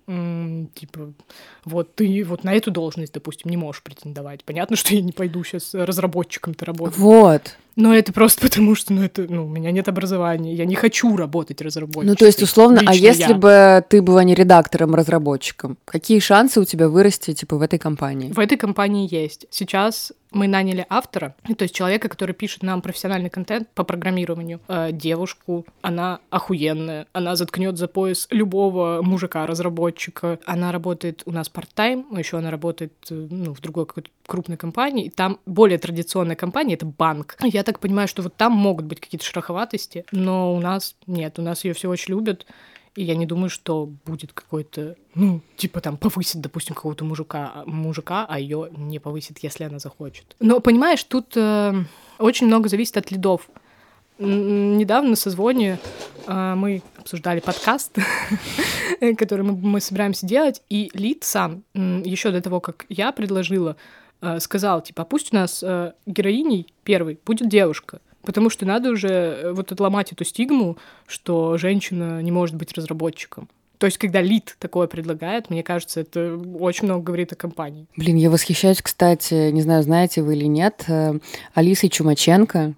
вот ты вот на эту должность, допустим, не можешь претендовать. Понятно, что я не пойду сейчас разработчиком-то работать. Вот. Но это просто потому, что, у меня нет образования. Я не хочу работать разработчиком. То есть, условно, если бы ты была не редактором-разработчиком, какие шансы у тебя вырасти, в этой компании? В этой компании есть. Сейчас мы наняли автора, то есть человека, который пишет нам профессиональный контент по программированию. Девушку, она охуенная. Она заткнет за пояс любого мужика-разработчика. Она работает у нас part-time, еще она работает в другой какой-то крупной компании. И там более традиционная компания — это банк. Я так понимаю, что вот там могут быть какие-то шероховатости, но у нас нет. У нас ее все очень любят. И я не думаю, что будет какой-то, повысит, допустим, какого-то мужика, а ее не повысит, если она захочет. Но, понимаешь, тут очень много зависит от лидов. Недавно на созвоне мы обсуждали подкаст, который мы собираемся делать, и лид сам, еще до того, как я предложила, сказал, пусть у нас героиней первой будет девушка. Потому что надо уже отломать эту стигму, что женщина не может быть разработчиком. То есть, когда лид такое предлагает, мне кажется, это очень много говорит о компании. Блин, я восхищаюсь, кстати, не знаю, знаете вы или нет, Алисой Чумаченко.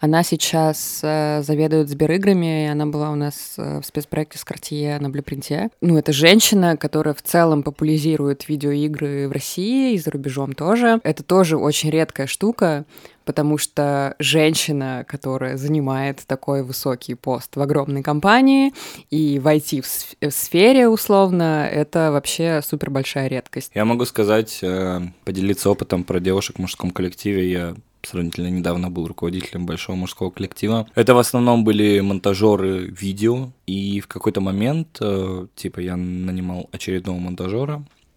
Она сейчас заведует Сбериграми, и она была у нас в спецпроекте с Cartier на Блюпринте. Ну, это женщина, которая в целом популяризирует видеоигры в России и за рубежом тоже. Это тоже очень редкая штука, потому что женщина, которая занимает такой высокий пост в огромной компании и в IT-сфере, условно, это вообще супер большая редкость. Я могу сказать, поделиться опытом про девушек в мужском коллективе. Я сравнительно недавно был руководителем большого мужского коллектива. Это в основном были монтажеры видео, и в какой-то момент, типа, я нанимал очередного монтажера,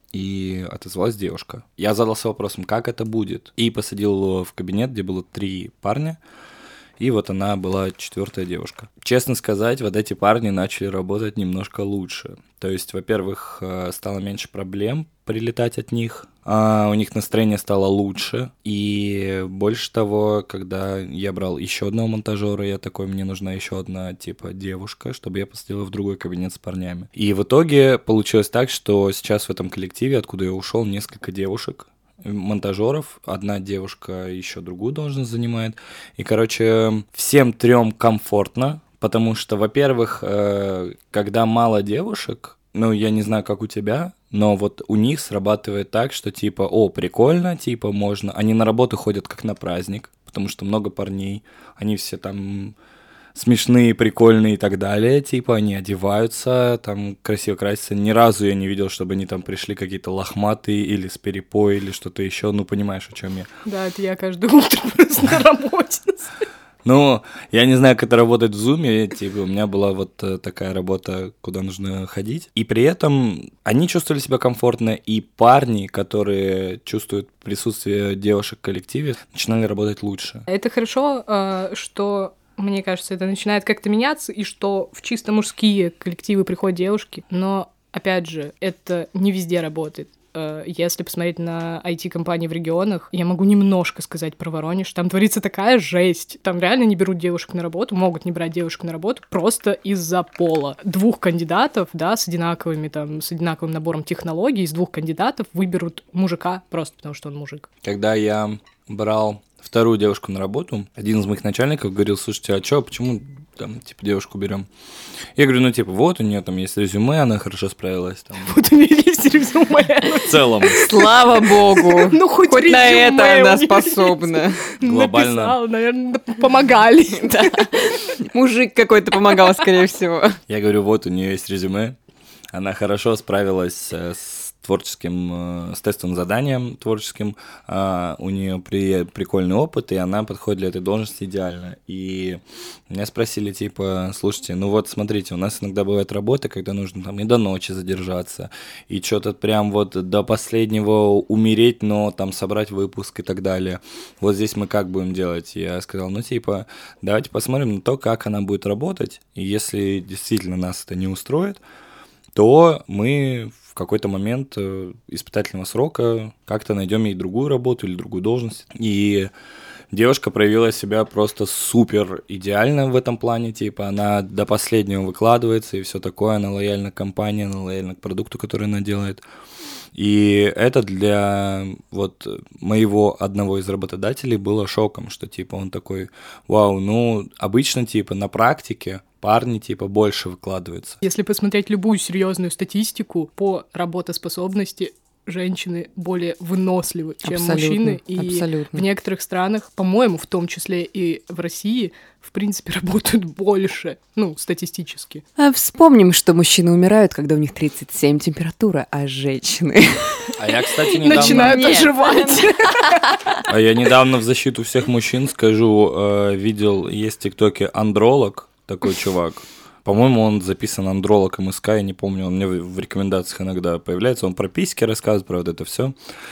и отозвалась девушка. Я задался вопросом, как это будет, и посадил его в кабинет, где было 3 парня, и вот она была 4-я девушка. Честно сказать, вот эти парни начали работать немножко лучше. То есть, во-первых, стало меньше проблем прилетать от них, у них настроение стало лучше, и больше того, когда я брал еще одного монтажера, я такой, мне нужна еще одна, типа, девушка, чтобы я посадила в другой кабинет с парнями. И в итоге получилось так, что сейчас в этом коллективе, откуда я ушел, несколько девушек, монтажеров, одна девушка еще другую должность занимает, и, короче, всем 3 комфортно, потому что, во-первых, когда мало девушек, ну, я не знаю, как у тебя, но вот у них срабатывает так, что типа, о, прикольно, типа, можно. Они на работу ходят как на праздник, потому что много парней, они все там смешные, прикольные и так далее, типа, они одеваются, там, красиво красятся. Ни разу я не видел, чтобы они там пришли какие-то лохматые или с перепой, или что-то еще, ну, понимаешь, о чем я. Да, это я каждое утро просто на работе. Ну, я не знаю, как это работает в Zoom, типа, у меня была вот такая работа, куда нужно ходить. И при этом они чувствовали себя комфортно, и парни, которые чувствуют присутствие девушек в коллективе, начинали работать лучше. Это хорошо, что, мне кажется, это начинает как-то меняться, и что в чисто мужские коллективы приходят девушки, но, опять же, это не везде работает. Если посмотреть на IT-компании в регионах, я могу немножко сказать про Воронеж. Там творится такая жесть. Там реально не берут девушек на работу, могут не брать девушек на работу просто из-за пола. 2 кандидатов, да, с одинаковым набором технологий, из 2 кандидатов выберут мужика просто потому, что он мужик. Когда я брал 2-ю девушку на работу, один из моих начальников говорил, слушайте, а чё, почему там, типа, девушку берем? Я говорю, ну, типа, вот у нее там есть резюме, она хорошо справилась. Там. Вот у нее есть резюме. В целом. Слава богу! Ну, хоть на резюме это она у неё способна. Глобально. Написала, наверное, помогали. Да. Мужик какой-то помогал, скорее всего. Я говорю, вот у нее есть резюме, она хорошо справилась с тестовым заданием творческим, у нее прикольный опыт, и она подходит для этой должности идеально. И меня спросили, типа, слушайте, ну вот смотрите, у нас иногда бывает работа, когда нужно там и до ночи задержаться, и что-то прям вот до последнего умереть, но там собрать выпуск и так далее. Вот здесь мы как будем делать? Я сказал, ну типа, давайте посмотрим на то, как она будет работать, и если действительно нас это не устроит, то мы в какой-то момент испытательного срока как-то найдем ей другую работу или другую должность. И девушка проявила себя просто супер идеально в этом плане, типа она до последнего выкладывается и все такое, она лояльна к компании, она лояльна к продукту, который она делает. И это для вот моего одного из работодателей было шоком, что типа он такой, вау, ну обычно типа на практике парни типа больше выкладываются. Если посмотреть любую серьезную статистику по работоспособности, женщины более выносливы, чем мужчины. И абсолютно. В некоторых странах, по-моему, в том числе и в России, в принципе, работают больше, ну, статистически. Вспомним, что мужчины умирают, когда у них 37 температура, а женщины... А я, кстати, недавно... Начинают оживать. А я недавно в защиту всех мужчин скажу, видел, есть в ТикТоке андролог, такой чувак. По-моему, он записан андролог МСК, я не помню, он мне в рекомендациях иногда появляется, он про письки рассказывает, про вот это все.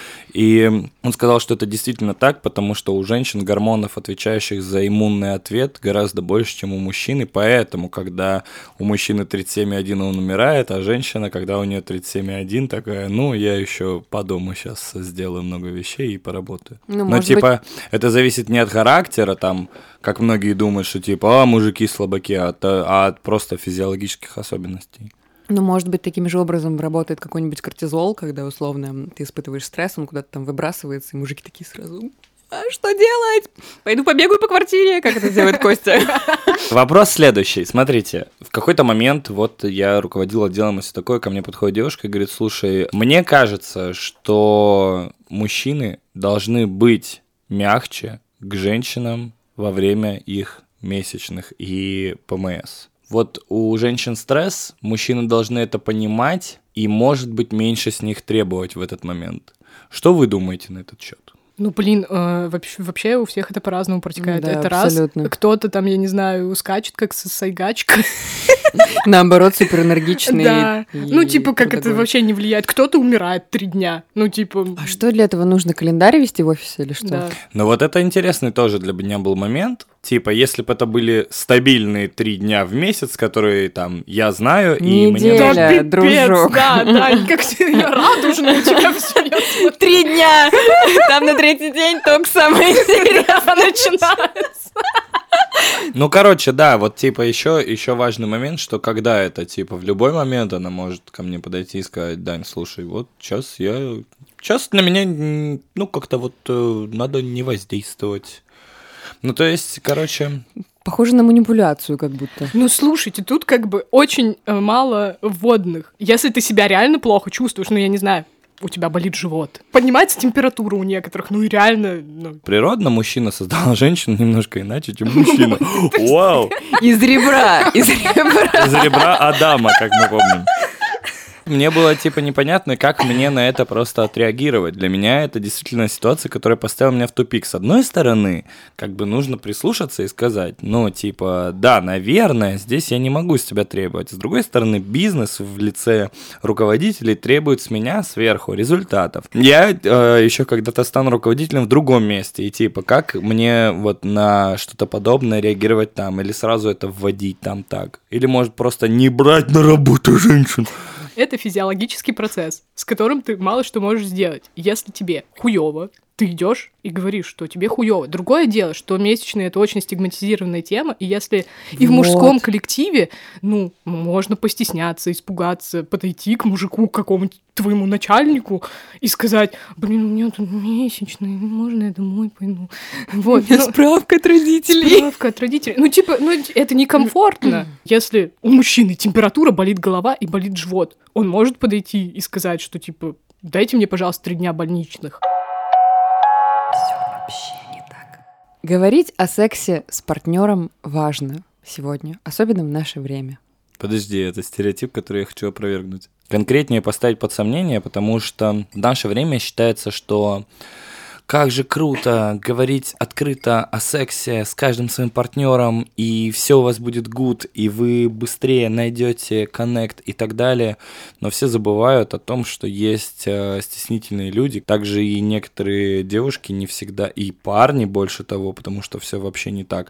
И он сказал, что это действительно так, потому что у женщин гормонов, отвечающих за иммунный ответ, гораздо больше, чем у мужчин, и поэтому, когда у мужчины 37,1 он умирает, а женщина, когда у нее 37,1, такая, ну, я еще по дому сейчас сделаю много вещей и поработаю. Ну, но типа, это зависит не от характера, там, как многие думают, что типа, мужики слабаки, а от просто физиологических особенностей. Ну, может быть, таким же образом работает какой-нибудь кортизол, когда, условно, ты испытываешь стресс, он куда-то там выбрасывается, и мужики такие сразу... А что делать? Пойду побегаю по квартире, как это делает Костя. Вопрос следующий. Смотрите, в какой-то момент, вот я руководил отделом и все такое, ко мне подходит девушка и говорит, слушай, мне кажется, что мужчины должны быть мягче к женщинам во время их месячных и ПМС. Вот у женщин стресс, мужчины должны это понимать и, может быть, меньше с них требовать в этот момент. Что вы думаете на этот счет? Ну, блин, вообще у всех это по-разному протекает. Да, это абсолютно. Раз, кто-то там, я не знаю, скачет, как сайгачка. Наоборот, суперэнергичный. Да. Ну, типа, как это вообще не влияет. Кто-то умирает 3 дня. Ну, типа... А что для этого нужно? Календарь вести в офисе или что? Да. Ну, вот это интересный тоже для меня был момент. Типа, если бы это были стабильные 3 дня в месяц, которые там я знаю, и мне... Неделя, Да, пипец, дружок. да, как я радужная у тебя все. 3 дня! Там на 3-й день только самое интересное начинается. Ну, короче, да, вот типа еще важный момент, что когда это, типа, в любой момент она может ко мне подойти и сказать, Дань, слушай, вот сейчас на меня, ну, как-то вот надо не воздействовать. Ну, то есть, короче... Похоже на манипуляцию как будто. Ну, слушайте, тут как бы очень мало вводных. Если ты себя реально плохо чувствуешь, ну, я не знаю, у тебя болит живот. Поднимается температура у некоторых, ну и реально... Ну... Природно мужчина создал женщину немножко иначе, чем мужчина. Вау! Из ребра. Из ребра Адама, как мы помним. Мне было, типа, непонятно, как мне на это просто отреагировать. Для меня это действительно ситуация, которая поставила меня в тупик. С одной стороны, как бы нужно прислушаться и сказать, ну, типа, да, наверное, здесь я не могу с тебя требовать. С другой стороны, бизнес в лице руководителей требует с меня сверху результатов. Я еще когда-то стану руководителем в другом месте. И, типа, как мне вот на что-то подобное реагировать там? Или сразу это вводить там так? Или, может, просто не брать на работу женщин? Это физиологический процесс, с которым ты мало что можешь сделать. Если тебе хуёво, ты идешь и говоришь, что тебе хуёво. Другое дело, что месячные — это очень стигматизированная тема, и если и в мужском коллективе, ну, можно постесняться, испугаться, подойти к мужику, к какому-нибудь твоему начальнику и сказать, блин, у меня тут месячные, можно я домой пойду? Вот, У меня справка от родителей. Справка от родителей. Ну, типа, ну, это некомфортно. Если у мужчины температура, болит голова и болит живот, он может подойти и сказать, что, типа, дайте мне, пожалуйста, 3 дня больничных. Говорить о сексе с партнером важно сегодня, особенно в наше время. Подожди, это стереотип, который я хочу опровергнуть. Конкретнее поставить под сомнение, потому что в наше время считается, что как же круто говорить открыто о сексе с каждым своим партнером, и все у вас будет good, и вы быстрее найдете коннект и так далее. Но все забывают о том, что есть стеснительные люди. Также и некоторые девушки не всегда, и парни больше того, потому что все вообще не так,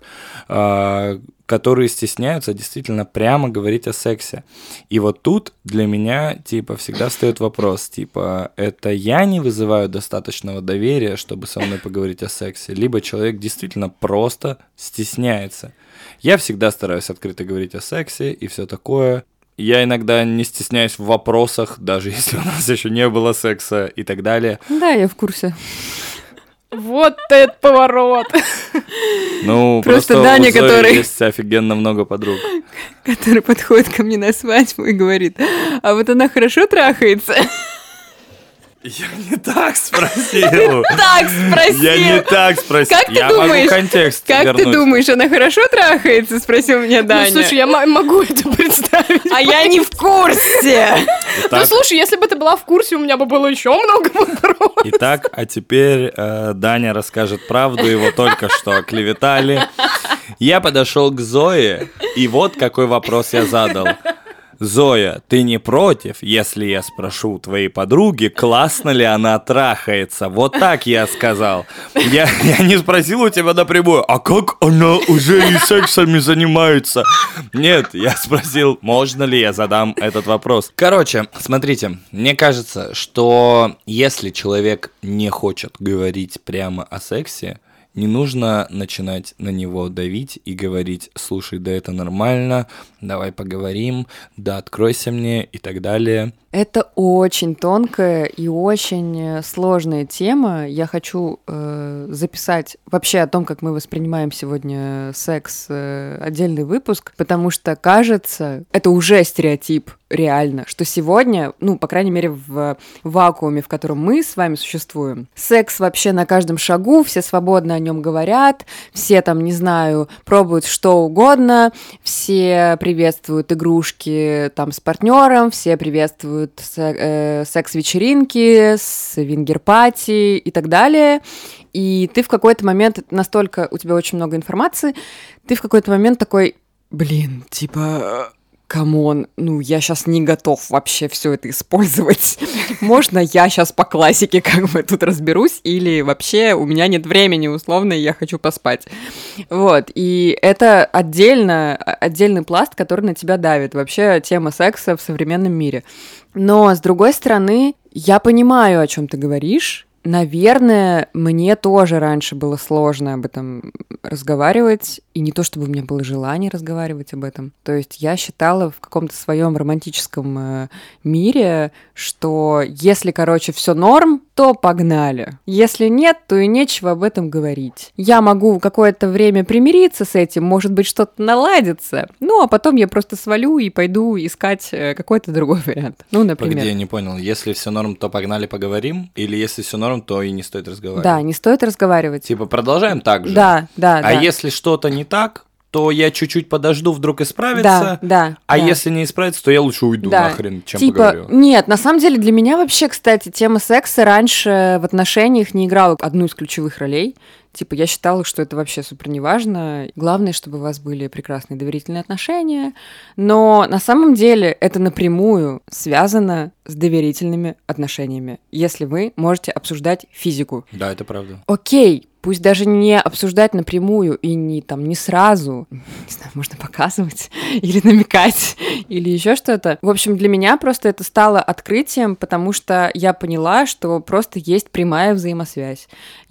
которые стесняются действительно прямо говорить о сексе. И вот тут для меня, типа, всегда встает вопрос, типа, это я не вызываю достаточного доверия, чтобы со мной поговорить о сексе, либо человек действительно просто стесняется. Я всегда стараюсь открыто говорить о сексе и все такое. Я иногда не стесняюсь в вопросах, даже если у нас еще не было секса и так далее. Да, я в курсе. Вот этот поворот. Ну, Просто у Даня, Зои который- есть офигенно много подруг. Который подходит ко мне на свадьбу и говорит, а вот она хорошо трахается? Я не так спросил. Так спросил. Я не так спросил. Как ты Я думаешь? могу контекст Как вернуть. ты думаешь, она хорошо трахается? Спросил меня Даня. Ну, слушай, я могу это представить. А я не в курсе. Ну, Итак, слушай, если бы ты была в курсе, у меня бы было еще много вопросов. итак, а теперь Даня расскажет правду, его только что оклеветали. Я подошел к Зое, и вот какой вопрос я задал. Зоя, ты не против, если я спрошу у твоей подруги, классно ли она трахается? Вот так я сказал. Я не спросил у тебя напрямую, а как она уже и сексами занимается? Нет, я спросил, можно ли я задам этот вопрос. Короче, смотрите, мне кажется, что если человек не хочет говорить прямо о сексе, Не нужно начинать на него давить и говорить: слушай, да это нормально, давай поговорим, да откройся мне и так далее. Это очень тонкая и очень сложная тема. Я хочу записать вообще о том, как мы воспринимаем сегодня секс, отдельный выпуск, потому что, кажется, это уже стереотип реально, что сегодня, ну, по крайней мере, в вакууме, в котором мы с вами существуем, секс вообще на каждом шагу, все свободно о нем говорят, все там, не знаю, пробуют что угодно, все приветствуют игрушки там с партнером, все приветствуют секс-вечеринки, свингер-пати и так далее. И ты в какой-то момент, настолько у тебя очень много информации, ты в какой-то момент такой: блин, типа, камон, ну я сейчас не готов вообще все это использовать. Можно я сейчас по классике как бы тут разберусь, или вообще у меня нет времени, условно, и я хочу поспать. Вот, и это отдельный пласт, который на тебя давит. Вообще тема секса в современном мире. Но, с другой стороны, я понимаю, о чем ты говоришь. Наверное, мне тоже раньше было сложно об этом разговаривать, и не то чтобы у меня было желание разговаривать об этом. То есть я считала в каком-то своем романтическом мире, что если, короче, все норм, то погнали. Если нет, то и нечего об этом говорить. Я могу какое-то время примириться с этим, может быть, что-то наладится, ну, а потом я просто свалю и пойду искать какой-то другой вариант. Ну, например. Погоди, я не понял. Если все норм, то погнали поговорим? Или если все норм, то и не стоит разговаривать? Да, не стоит разговаривать. Типа продолжаем так же? Да. А если что-то не так, то я чуть-чуть подожду, вдруг исправится. Да. Если не исправится, то я лучше уйду нахрен, чем поговорю. Нет, на самом деле для меня вообще, кстати, тема секса раньше в отношениях не играла одну из ключевых ролей. Типа, я считала, что это вообще супер неважно. Главное, чтобы у вас были прекрасные доверительные отношения. Но на самом деле это напрямую связано с доверительными отношениями, если вы можете обсуждать физику. Да, это правда. Окей, пусть даже не обсуждать напрямую и не сразу, не знаю, можно показывать или намекать, или еще что-то. В общем, для меня просто это стало открытием, потому что я поняла, что просто есть прямая взаимосвязь.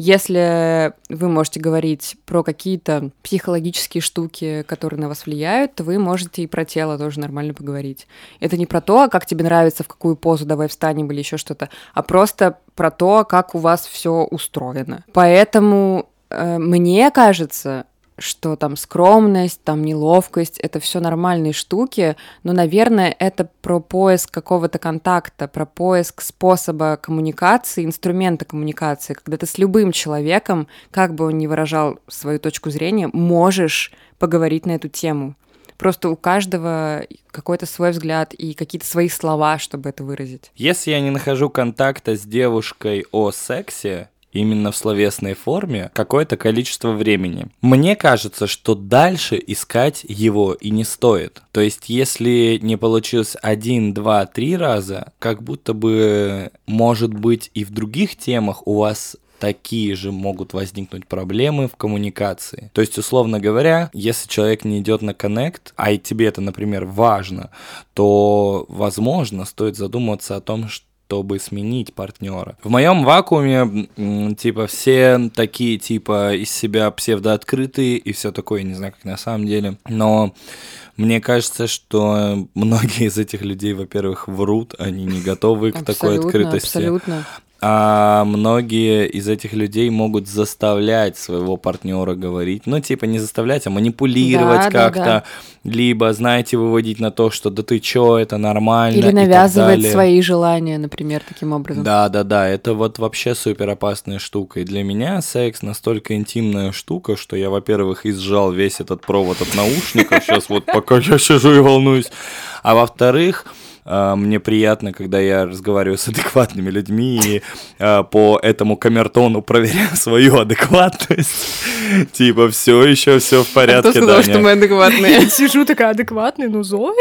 Если вы можете говорить про какие-то психологические штуки, которые на вас влияют, то вы можете и про тело тоже нормально поговорить. Это не про то, как тебе нравится, в какую позу давай встанем или еще что-то, а просто про то, как у вас все устроено. Поэтому мне кажется, что там скромность, там неловкость, это все нормальные штуки, но, наверное, это про поиск какого-то контакта, про поиск способа коммуникации, инструмента коммуникации, когда ты с любым человеком, как бы он ни выражал свою точку зрения, можешь поговорить на эту тему. Просто у каждого какой-то свой взгляд и какие-то свои слова, чтобы это выразить. Если я не нахожу контакта с девушкой о сексе, именно в словесной форме, какое-то количество времени. Мне кажется, что дальше искать его и не стоит. То есть, если не получилось 1, 2, 3 раза, как будто бы, может быть, и в других темах у вас такие же могут возникнуть проблемы в коммуникации. То есть, условно говоря, если человек не идет на коннект, а и тебе это, например, важно, то, возможно, стоит задуматься о том, чтобы сменить партнера. В моем вакууме, типа, все такие, типа, из себя псевдооткрытые и все такое, я не знаю, как на самом деле, но мне кажется, что многие из этих людей, во-первых, врут, они не готовы к такой открытости. Абсолютно. А многие из этих людей могут заставлять своего партнера говорить. Ну, типа, не заставлять, а манипулировать как-то. Либо, знаете, выводить на то, что да ты чё, это нормально. Или навязывать свои желания, например, таким образом. Да, это вот вообще супер опасная штука. И для меня секс настолько интимная штука, что я, во-первых, изжал весь этот провод от наушников. Сейчас вот пока я сижу и волнуюсь. А во-вторых, мне приятно, когда я разговариваю с адекватными людьми и по этому камертону проверяю свою адекватность. Типа, все еще все в порядке. Кто сказал, что мы адекватные? Я сижу такая адекватная, ну Зоя.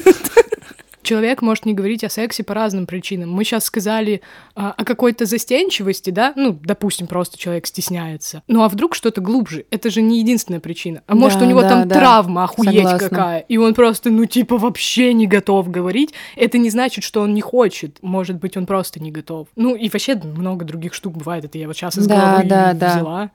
Человек может не говорить о сексе по разным причинам. Мы сейчас сказали о какой-то застенчивости, да? Ну, допустим, просто человек стесняется. Ну, а вдруг что-то глубже? Это же не единственная причина. А может, у него там травма охуеть какая, и он просто, ну, типа, вообще не готов говорить. Это не значит, что он не хочет. Может быть, он просто не готов. Ну, и вообще много других штук бывает. Это я вот сейчас из головы взяла.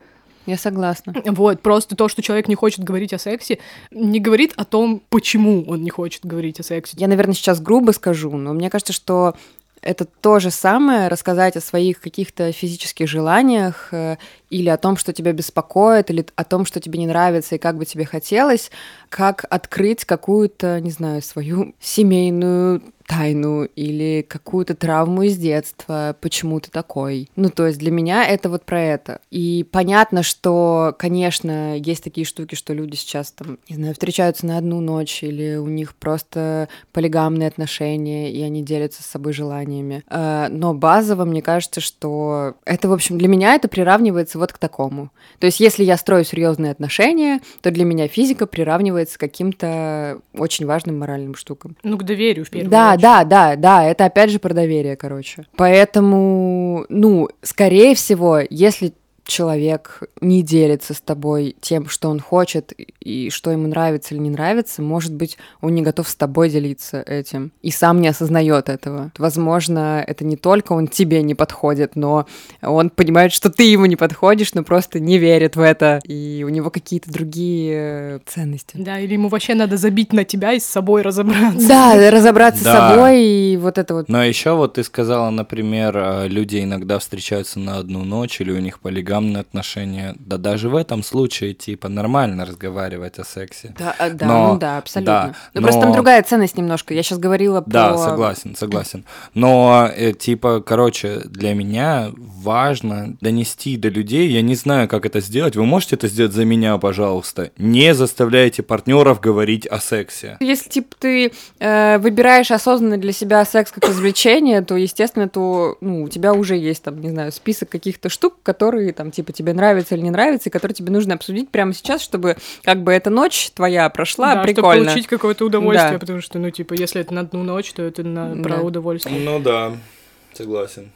Я согласна. Вот, просто то, что человек не хочет говорить о сексе, не говорит о том, почему он не хочет говорить о сексе. Я, наверное, сейчас грубо скажу, но мне кажется, что это то же самое рассказать о своих каких-то физических желаниях или о том, что тебя беспокоит, или о том, что тебе не нравится и как бы тебе хотелось, как открыть какую-то, не знаю, свою семейную тайну или какую-то травму из детства, почему ты такой. Ну, то есть для меня это вот про это. И понятно, что, конечно, есть такие штуки, что люди сейчас там, не знаю, встречаются на одну ночь, или у них просто полигамные отношения, и они делятся с собой желаниями. Но базово, мне кажется, что это, в общем, для меня это приравнивается вот к такому. То есть если я строю серьезные отношения, то для меня физика приравнивается к каким-то очень важным моральным штукам. Ну, к доверию, в первую Да, очередь. да, это опять же про доверие, короче. Поэтому, ну, скорее всего, если человек не делится с тобой тем, что он хочет и что ему нравится или не нравится, может быть, он не готов с тобой делиться этим и сам не осознает этого. Возможно, это не только он тебе не подходит, но он понимает, что ты ему не подходишь, но просто не верит в это, и у него какие-то другие ценности. Да, или ему вообще надо забить на тебя и с собой разобраться. Да, разобраться с Да. собой и вот это вот. Но еще вот ты сказала, например, люди иногда встречаются на одну ночь, или у них полигамные отношения. Да даже в этом случае, типа, нормально разговаривать о сексе. Да, Но- ну да, абсолютно. да, Ну просто там но- другая ценность немножко. Я сейчас говорила про... Да, согласен. Но, типа, короче, для меня важно донести до людей, я не знаю, как это сделать, вы можете это сделать за меня, пожалуйста. Не заставляйте партнеров говорить о сексе. Если, типа, ты выбираешь осознанно для себя секс как развлечение, то, естественно, у тебя уже есть, там, не знаю, список каких-то штук, которые, там, типа, тебе нравятся или не нравятся, и которые тебе нужно обсудить прямо сейчас, чтобы, как бы, эта ночь твоя прошла Да, прикольно. чтобы получить какое-то удовольствие, Да. потому что, ну, типа, если это на одну ночь, то это Да. про удовольствие. Ну да, согласен.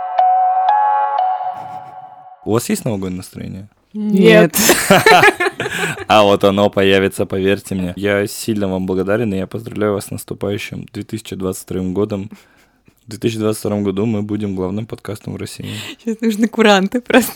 У вас есть новогоднее настроение? Нет. А вот оно появится, поверьте мне. Я сильно вам благодарен, и я поздравляю вас с наступающим 2022 годом. В 2022 году мы будем главным подкастом в России. Сейчас нужны куранты просто.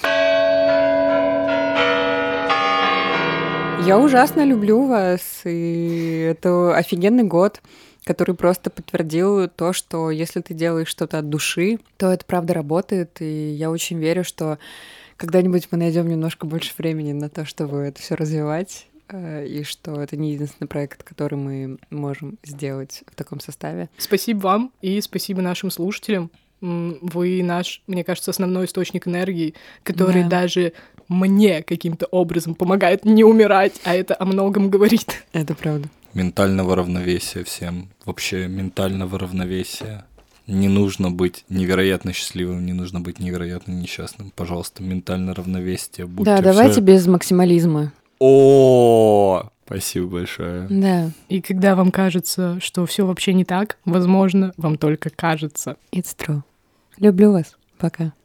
Я ужасно люблю вас, и это офигенный год, который просто подтвердил то, что если ты делаешь что-то от души, то это правда работает, и я очень верю, что когда-нибудь мы найдем немножко больше времени на то, чтобы это все развивать, и что это не единственный проект, который мы можем сделать в таком составе. Спасибо вам и спасибо нашим слушателям. Вы наш, мне кажется, основной источник энергии, который Да. даже мне каким-то образом помогает не умирать, а это о многом говорит. Это правда. Ментального равновесия всем. Вообще ментального равновесия. Не нужно быть невероятно счастливым, не нужно быть невероятно несчастным. Пожалуйста, ментальное равновесие. Будьте Да, давайте без максимализма. О, спасибо большое. Да, И когда вам кажется, что все вообще не так, возможно, вам только кажется. it's true. Люблю вас. Пока.